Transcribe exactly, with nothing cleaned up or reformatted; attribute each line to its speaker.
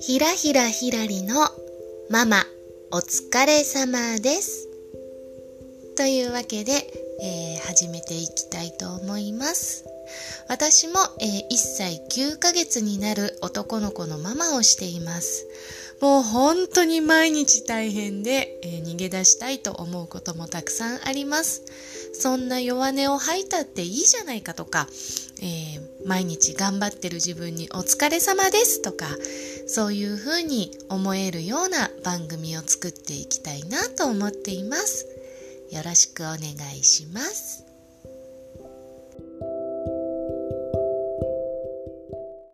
Speaker 1: ひらひらひらりのママお疲れ様です。というわけで、えー、始めていきたいと思います。私も、えー、いっさいきゅうかげつになる男の子のママをしています。もう本当に毎日大変で、えー、逃げ出したいと思うこともたくさんあります。そんな弱音を吐いたっていいじゃないかとか、えー、毎日頑張ってる自分にお疲れ様ですとか、そういうふうに思えるような番組を作っていきたいなと思っています。よろしくお願いします。